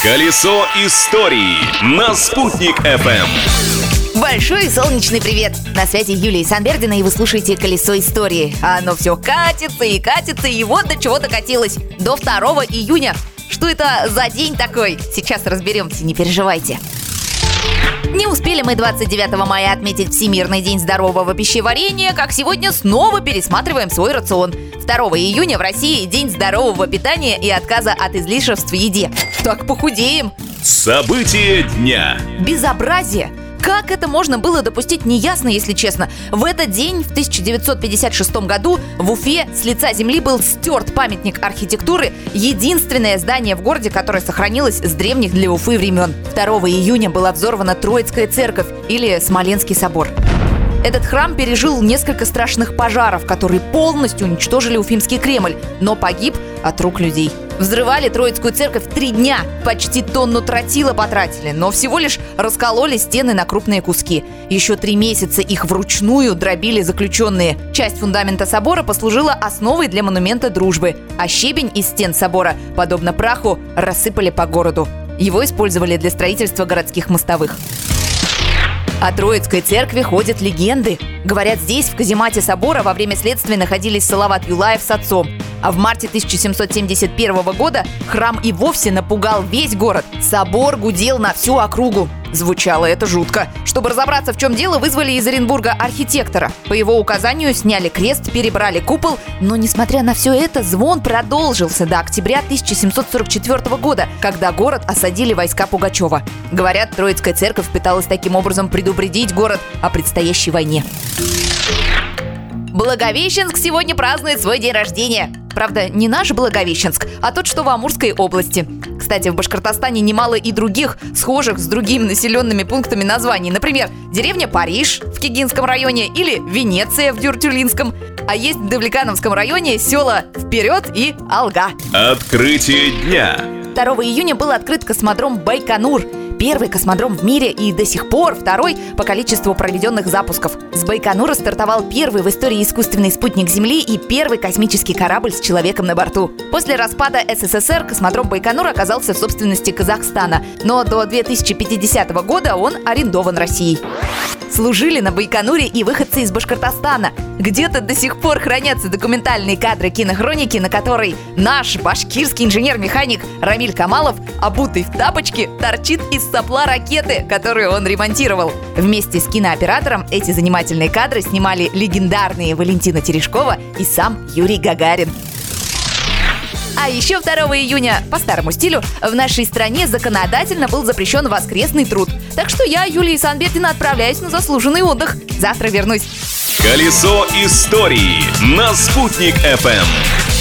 Колесо истории на «Спутник FM». Большой солнечный привет! На связи Юлия Санбердина, и вы слушаете «Колесо истории». А оно все катится, и вот до чего докатилось. До 2 июня. Что это за день такой? Сейчас разберемся, не переживайте. Не успели мы 29 мая отметить Всемирный день здорового пищеварения, как сегодня снова пересматриваем свой рацион. 2 июня в России день здорового питания и отказа от излишеств в еде. Так похудеем. События дня. Безобразие! Как это можно было допустить, неясно, если честно. В этот день, в 1956 году, в Уфе с лица земли был стерт памятник архитектуры, единственное здание в городе, которое сохранилось с древних для Уфы времен. 2 июня была взорвана Троицкая церковь, или Смоленский собор. Этот храм пережил несколько страшных пожаров, которые полностью уничтожили Уфимский Кремль, но погиб от рук людей. Взрывали Троицкую церковь 3 дня, почти тонну тротила потратили, но всего лишь раскололи стены на крупные куски. Еще 3 месяца их вручную дробили заключенные. Часть фундамента собора послужила основой для монумента дружбы, а щебень из стен собора, подобно праху, рассыпали по городу. Его использовали для строительства городских мостовых. О Троицкой церкви ходят легенды. Говорят, здесь, в каземате собора, во время следствия находились Салават Юлаев с отцом. А в марте 1771 года храм и вовсе напугал весь город. Собор гудел на всю округу. Звучало это жутко. Чтобы разобраться, в чем дело, вызвали из Оренбурга архитектора. По его указанию сняли крест, перебрали купол. Но, несмотря на все это, звон продолжился до октября 1744 года, когда город осадили войска Пугачева. Говорят, Троицкая церковь пыталась таким образом предупредить город о предстоящей войне. Благовещенск сегодня празднует свой день рождения. Правда, не наш Благовещенск, а тот, что в Амурской области. Кстати, в Башкортостане немало и других, схожих с другими населенными пунктами названий. Например, деревня Париж в Кигинском районе или Венеция в Дюртюлинском. А есть в Давлекановском районе села Вперед и Алга. Открытие дня. 2 июня был открыт космодром Байконур. Первый космодром в мире и до сих пор второй по количеству проведенных запусков. С Байконура стартовал первый в истории искусственный спутник Земли и первый космический корабль с человеком на борту. После распада СССР космодром Байконур оказался в собственности Казахстана, но до 2050 года он арендован Россией. Служили на Байконуре и выходцы из Башкортостана. Где-то до сих пор хранятся документальные кадры кинохроники, на которой наш башкирский инженер-механик Рамиль Камалов, обутый в тапочки, торчит из сопла ракеты, которую он ремонтировал. Вместе с кинооператором эти занимательные кадры снимали легендарные Валентина Терешкова и сам Юрий Гагарин. А еще 2 июня, по старому стилю, в нашей стране законодательно был запрещен воскресный труд. Так что я, Юлия Санбердина, отправляюсь на заслуженный отдых. Завтра вернусь. Колесо истории на «Спутник FM».